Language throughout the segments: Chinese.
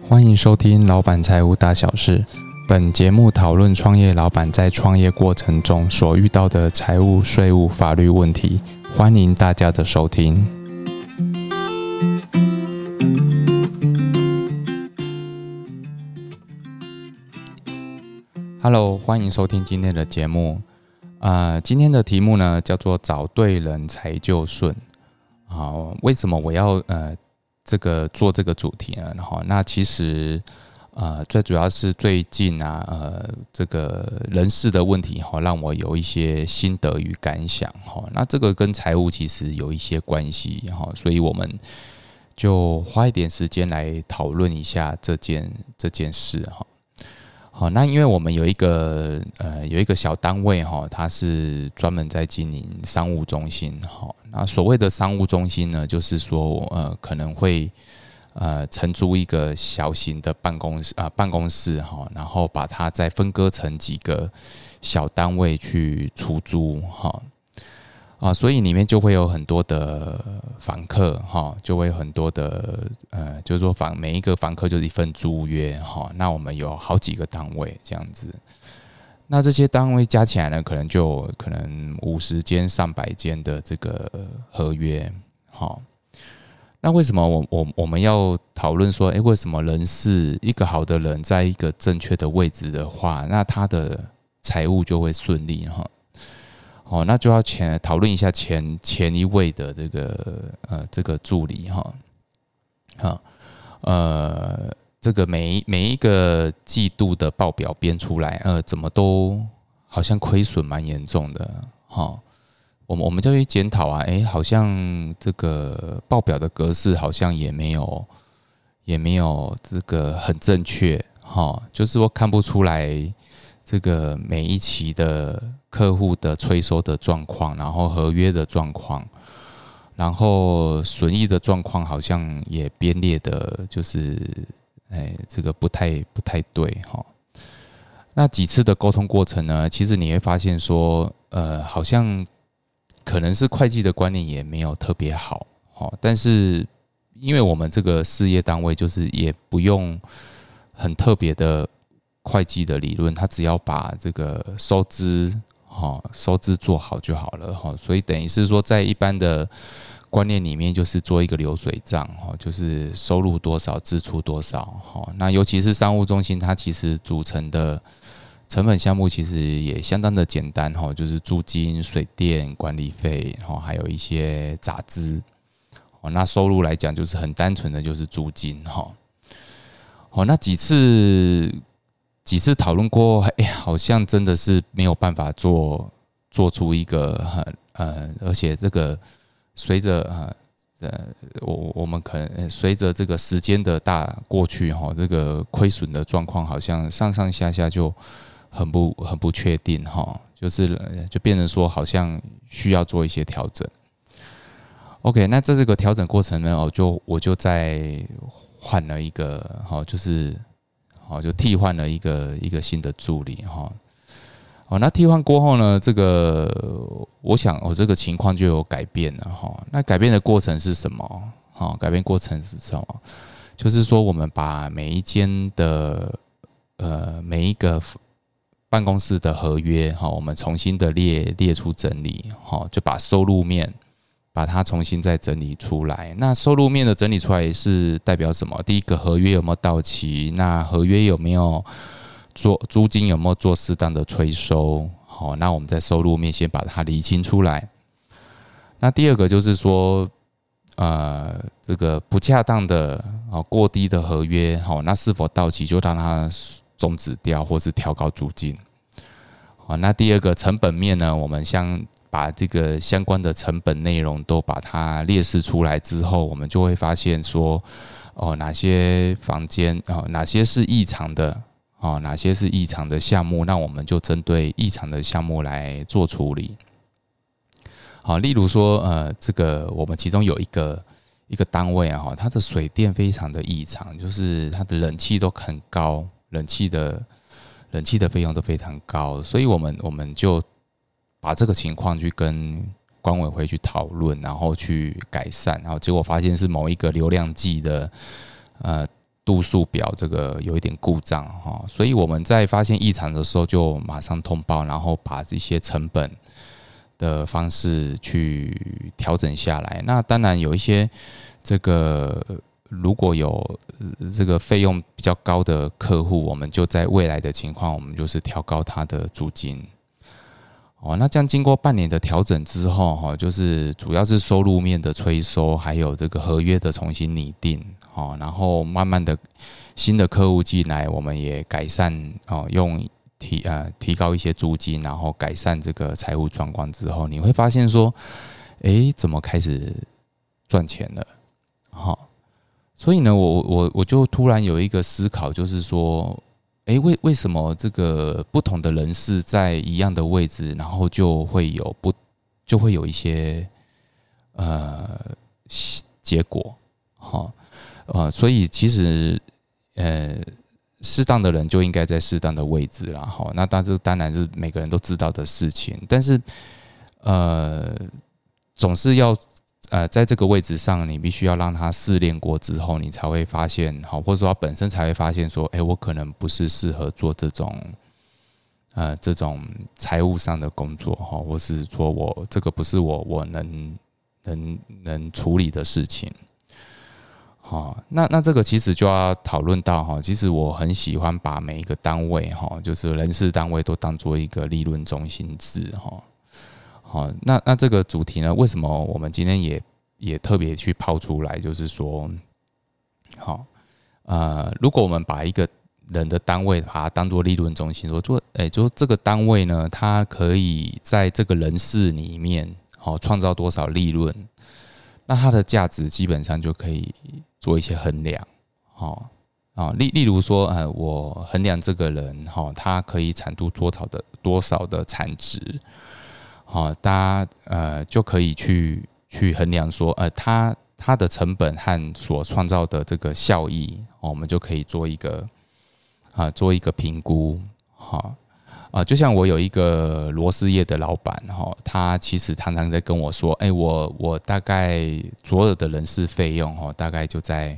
欢迎收听《老板财务大小事》。本节目讨论创业老板在创业过程中所遇到的财务、税务、法律问题，欢迎大家的收听。Hello， 欢迎收听今天的节目。今天的题目呢叫做找对人才就顺。为什么我要做这个主题呢？那其实最主要是最近这个人事的问题让我有一些心得与感想。那这个跟财务其实有一些关系，所以我们就花一点时间来讨论一下这件事。好，那因为我们有一个小单位它是专门在经营商务中心。那所谓的商务中心呢，就是说可能会承租一个小型的办公室然后把它再分割成几个小单位去出租所以里面就会有很多的房客就会有很多的就是说每一个房客就是一份租约那我们有好几个单位这样子，那这些单位加起来呢，可能50间100间的这个合约那为什么我们要讨论说，为什么人事一个好的人在一个正确的位置的话，那他的财务就会顺利那就要讨论一下前一位的这个助理这个每一个季度的报表编出来，怎么都好像亏损蛮严重的我们就去检讨好像这个报表的格式好像也没有这个很正确就是说看不出来这个每一期的客户的催收的状况，然后合约的状况，然后损益的状况好像也编列的就是这个不太对那几次的沟通过程呢，其实你会发现说好像可能是会计的观念也没有特别好但是因为我们这个事业单位就是也不用很特别的会计的理论，他只要把这个收支做好就好了所以等于是说在一般的观念里面就是做一个流水账就是收入多少支出多少那尤其是商务中心，它其实组成的成本项目其实也相当的简单就是租金、水电、管理费还有一些杂支那收入来讲就是很单纯的就是租金那几次讨论过好像真的是没有办法做出一个而且这个随着我们可能随着这个时间的过去这个亏损的状况好像上下就很不确定就变成说好像需要做一些调整。OK， 那在这个调整过程呢，我就在换了一个就替换了一个新的助理那替换过后呢，这个我想这个情况就有改变了那改变的过程是什么改变过程是什么？就是说我们把每一间的每一个办公室的合约我们重新的列出整理就把收入面把它重新再整理出来。那收入面的整理出来是代表什么？第一个，合约有没有到期？那合约有没有租金有没有做适当的催收？那我们在收入面先把它厘清出来。那第二个就是说，这个不恰当的过低的合约那是否到期就让它终止掉，或是调高租金。那第二个成本面呢，我们把这个相关的成本内容都把它列示出来之后，我们就会发现说，哪些房间哪些是异常的哪些是异常的项目，那我们就针对异常的项目来做处理。例如说这个我们其中有一个单位它的水电非常的异常，就是它的冷气都很高，冷气的费用都非常高，所以我们就把这个情况去跟管委会去讨论，然后去改善，然后结果发现是某一个流量计的度数表这个有一点故障哈，所以我们在发现异常的时候就马上通报，然后把这些成本的方式去调整下来。那当然有一些这个如果有这个费用比较高的客户，我们就在未来的情况，我们就是调高他的租金。那这样经过半年的调整之后，就是主要是收入面的催收，还有这个合约的重新拟定，然后慢慢的新的客户进来，我们也改善，用提高一些租金，然后改善这个财务状况之后，你会发现说，怎么开始赚钱了？所以呢，我就突然有一个思考，就是说，为什么这个不同的人士在一样的位置，然后就会有一些结果，所以其实适当的人就应该在适当的位置啦，那当然是每个人都知道的事情，但是总是要在这个位置上，你必须要让他试炼过之后，你才会发现，或者说他本身才会发现说，我可能不是适合做这种财务上的工作，或是说我这个不是我能处理的事情。那这个其实就要讨论到，其实我很喜欢把每一个单位，就是人事单位都当作一个利润中心制。那这个主题呢，为什么我们今天也特别去抛出来？就是说，如果我们把一个人的单位把它当作利润中心，就是这个单位呢，它可以在这个人事里面，创造多少利润，那它的价值基本上就可以做一些衡量。例如说，我衡量这个人，他可以产出多少的产值。大家就可以去衡量说，它的成本和所创造的这个效益，我们就可以做一个评估。就像我有一个螺丝业的老板，他其实常常在跟我说，我大概所有的人事费用，大概就在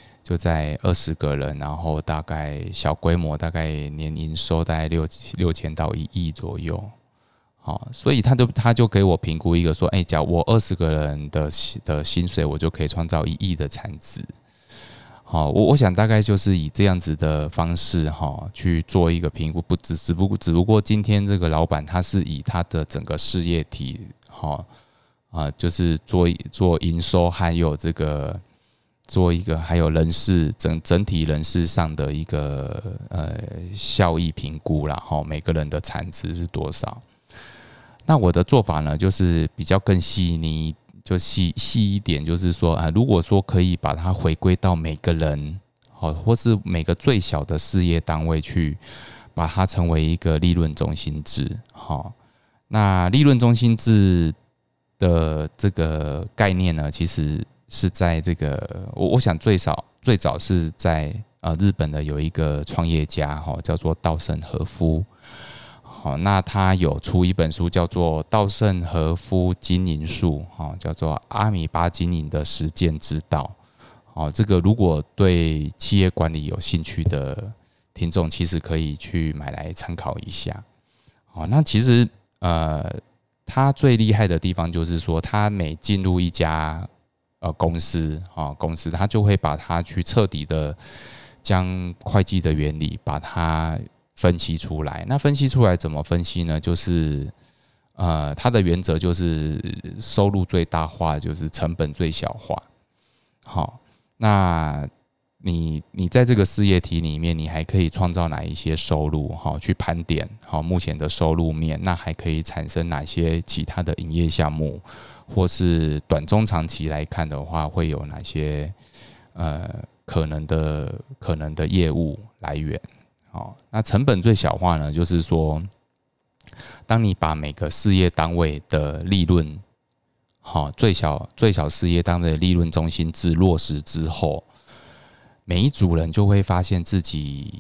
20个人，然后大概小规模，大概年营收大概6000到1亿左右。所以他就给我评估一个说，假如我20个人的薪水，我就可以创造1亿的产值。我想大概就是以这样子的方式去做一个评估，只不过今天这个老板他是以他的整个事业体，就是做营收，还有这个做一个还有人事整体人事上的一个效益评估啦，每个人的产值是多少。那我的做法呢，就是比较更细腻，就细一点，就是说如果说可以把它回归到每个人，或是每个最小的事业单位去，把它成为一个利润中心制。那利润中心制的这个概念呢，其实是在这个我想最早是在日本的有一个创业家叫做稻盛和夫。那他有出一本书叫做《稻盛和夫经营术》，叫做阿米巴经营的实践之道。这个如果对企业管理有兴趣的听众，其实可以去买来参考一下。那其实他最厉害的地方就是说，他每进入一家公司，他就会把它去彻底的将会计的原理把它分析出来。那分析出来怎么分析呢？就是它的原则就是收入最大化，就是成本最小化。那你在这个事业体里面，你还可以创造哪一些收入？去盘点目前的收入面，那还可以产生哪些其他的营业项目，或是短中长期来看的话，会有哪些可能的业务来源？那成本最小化呢，就是说，当你把每个事业单位的利润，最小事业单位的利润中心制落实之后，每一组人就会发现自己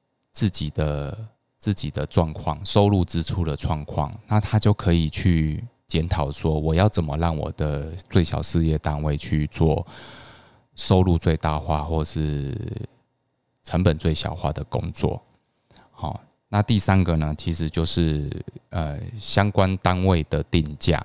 的状况，收入支出的状况，那他就可以去检讨说，我要怎么让我的最小事业单位去做收入最大化，或是成本最小化的工作。好，那第三个呢，其实就是相关单位的定价。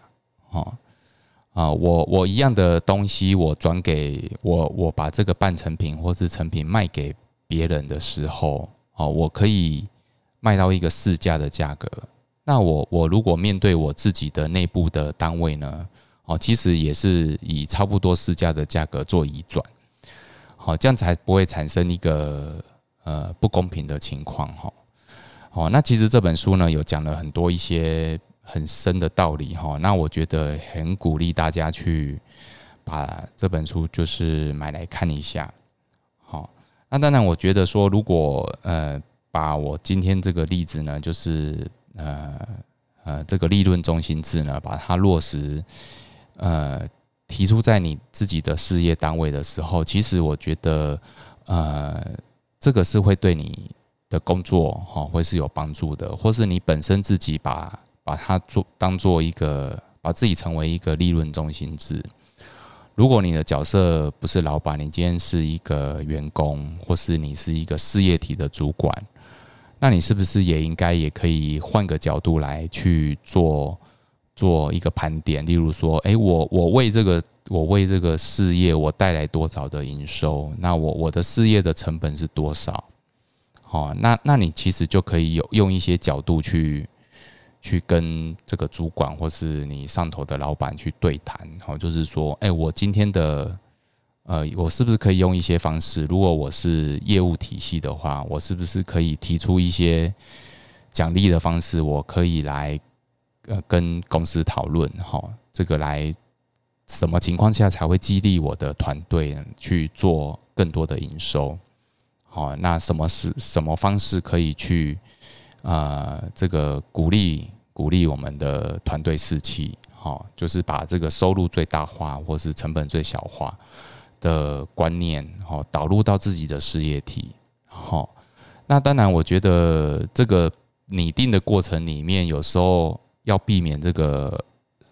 我一样的东西，我转给我把这个半成品或是成品卖给别人的时候，我可以卖到一个市价的价格。那我如果面对我自己的内部的单位呢，其实也是以差不多市价的价格做移转，这样才不会产生一个不公平的情况。那其实这本书呢有讲了很多一些很深的道理，那我觉得很鼓励大家去把这本书就是买来看一下。那当然我觉得说，如果把我今天这个例子呢，就是这个利润中心制呢，把它落实提出在你自己的事业单位的时候，其实我觉得这个是会对你的工作会是有帮助的，或是你本身自己把它当做一个，把自己成为一个利润中心制。如果你的角色不是老板，你今天是一个员工，或是你是一个事业体的主管，那你是不是也可以换个角度来去做一个盘点？例如说，我为这个事业我带来多少的营收？那我的事业的成本是多少？那你其实就可以用一些角度去跟这个主管或是你上头的老板去对谈，就是说，我今天的我是不是可以用一些方式？如果我是业务体系的话，我是不是可以提出一些奖励的方式？我可以来跟公司讨论，这个来什么情况下才会激励我的团队去做更多的营收？那什么方式可以去这个鼓励我们的团队士气？就是把这个收入最大化或是成本最小化的观念导入到自己的事业体。那当然，我觉得这个拟定的过程里面，有时候要避免这个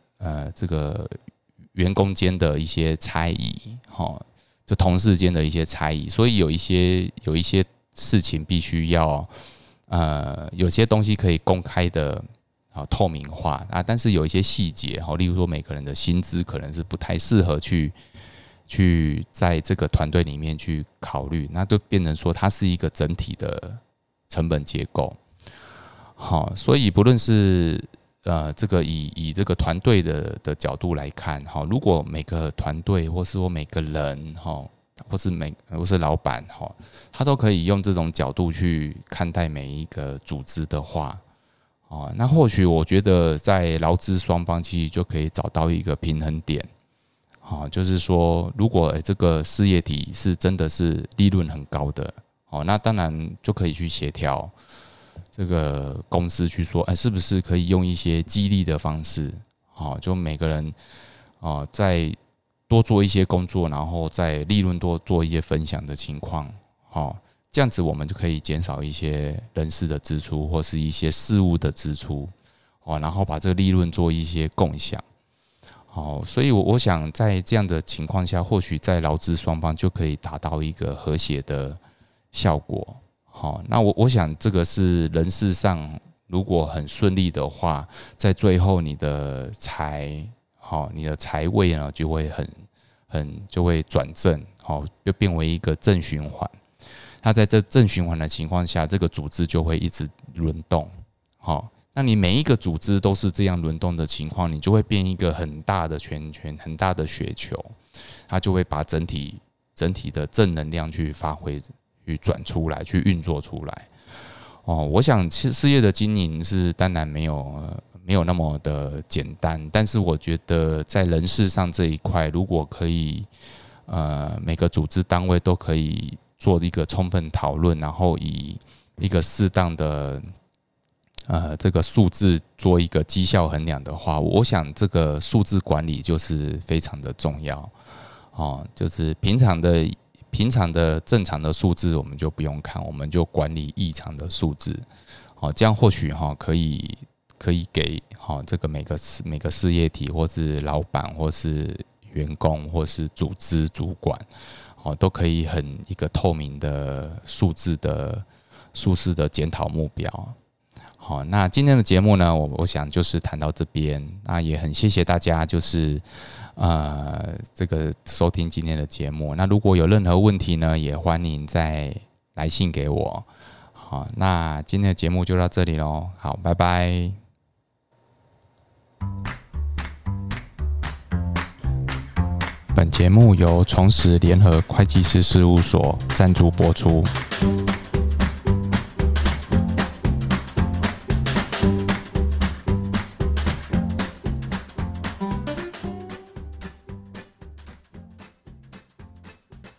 员工间的一些猜疑，就同事间的一些猜疑，所以有一些事情必须要有些东西可以公开的透明化啊，但是有一些细节，例如说每个人的薪资可能是不太适合去在这个团队里面去考虑，那就变成说它是一个整体的成本结构。所以不论是这个以这个团队的角度来看，如果每个团队或是说每个人或是老板他都可以用这种角度去看待每一个组织的话，那或许我觉得在劳资双方其实就可以找到一个平衡点。就是说，如果这个事业体是真的是利润很高的，那当然就可以去协调这个公司去说，是不是可以用一些激励的方式，就每个人再多做一些工作，然后在利润多做一些分享的情况，这样子我们就可以减少一些人事的支出或是一些事务的支出，然后把这个利润做一些共享。所以我想在这样的情况下，或许在劳资双方就可以达到一个和谐的效果。那我想这个是人事上如果很顺利的话，在最后你的财位呢就会就会转正，就变为一个正循环。那在这正循环的情况下，这个组织就会一直轮动。那你每一个组织都是这样轮动的情况，你就会变一个很大的圈圈，很大的雪球，它就会把整体的正能量去发挥，去转出来，去运作出来。我想事业的经营是当然没有那么的简单，但是我觉得在人事上这一块，如果可以每个组织单位都可以做一个充分讨论，然后以一个适当的这个数字做一个绩效衡量的话，我想这个数字管理就是非常的重要。就是平常的正常的数字我们就不用看，我们就管理异常的数字。这样或许可以给这个每个事业体或是老板或是员工或是组织主管都可以很一个透明的数字的检讨目标。好，那今天的节目呢，我想就是谈到这边，那也很谢谢大家，就是这个收听今天的节目。那如果有任何问题呢，也欢迎再来信给我。好，那今天的节目就到这里咯。好，拜拜。本节目由重实联合会计师事务所赞助播出。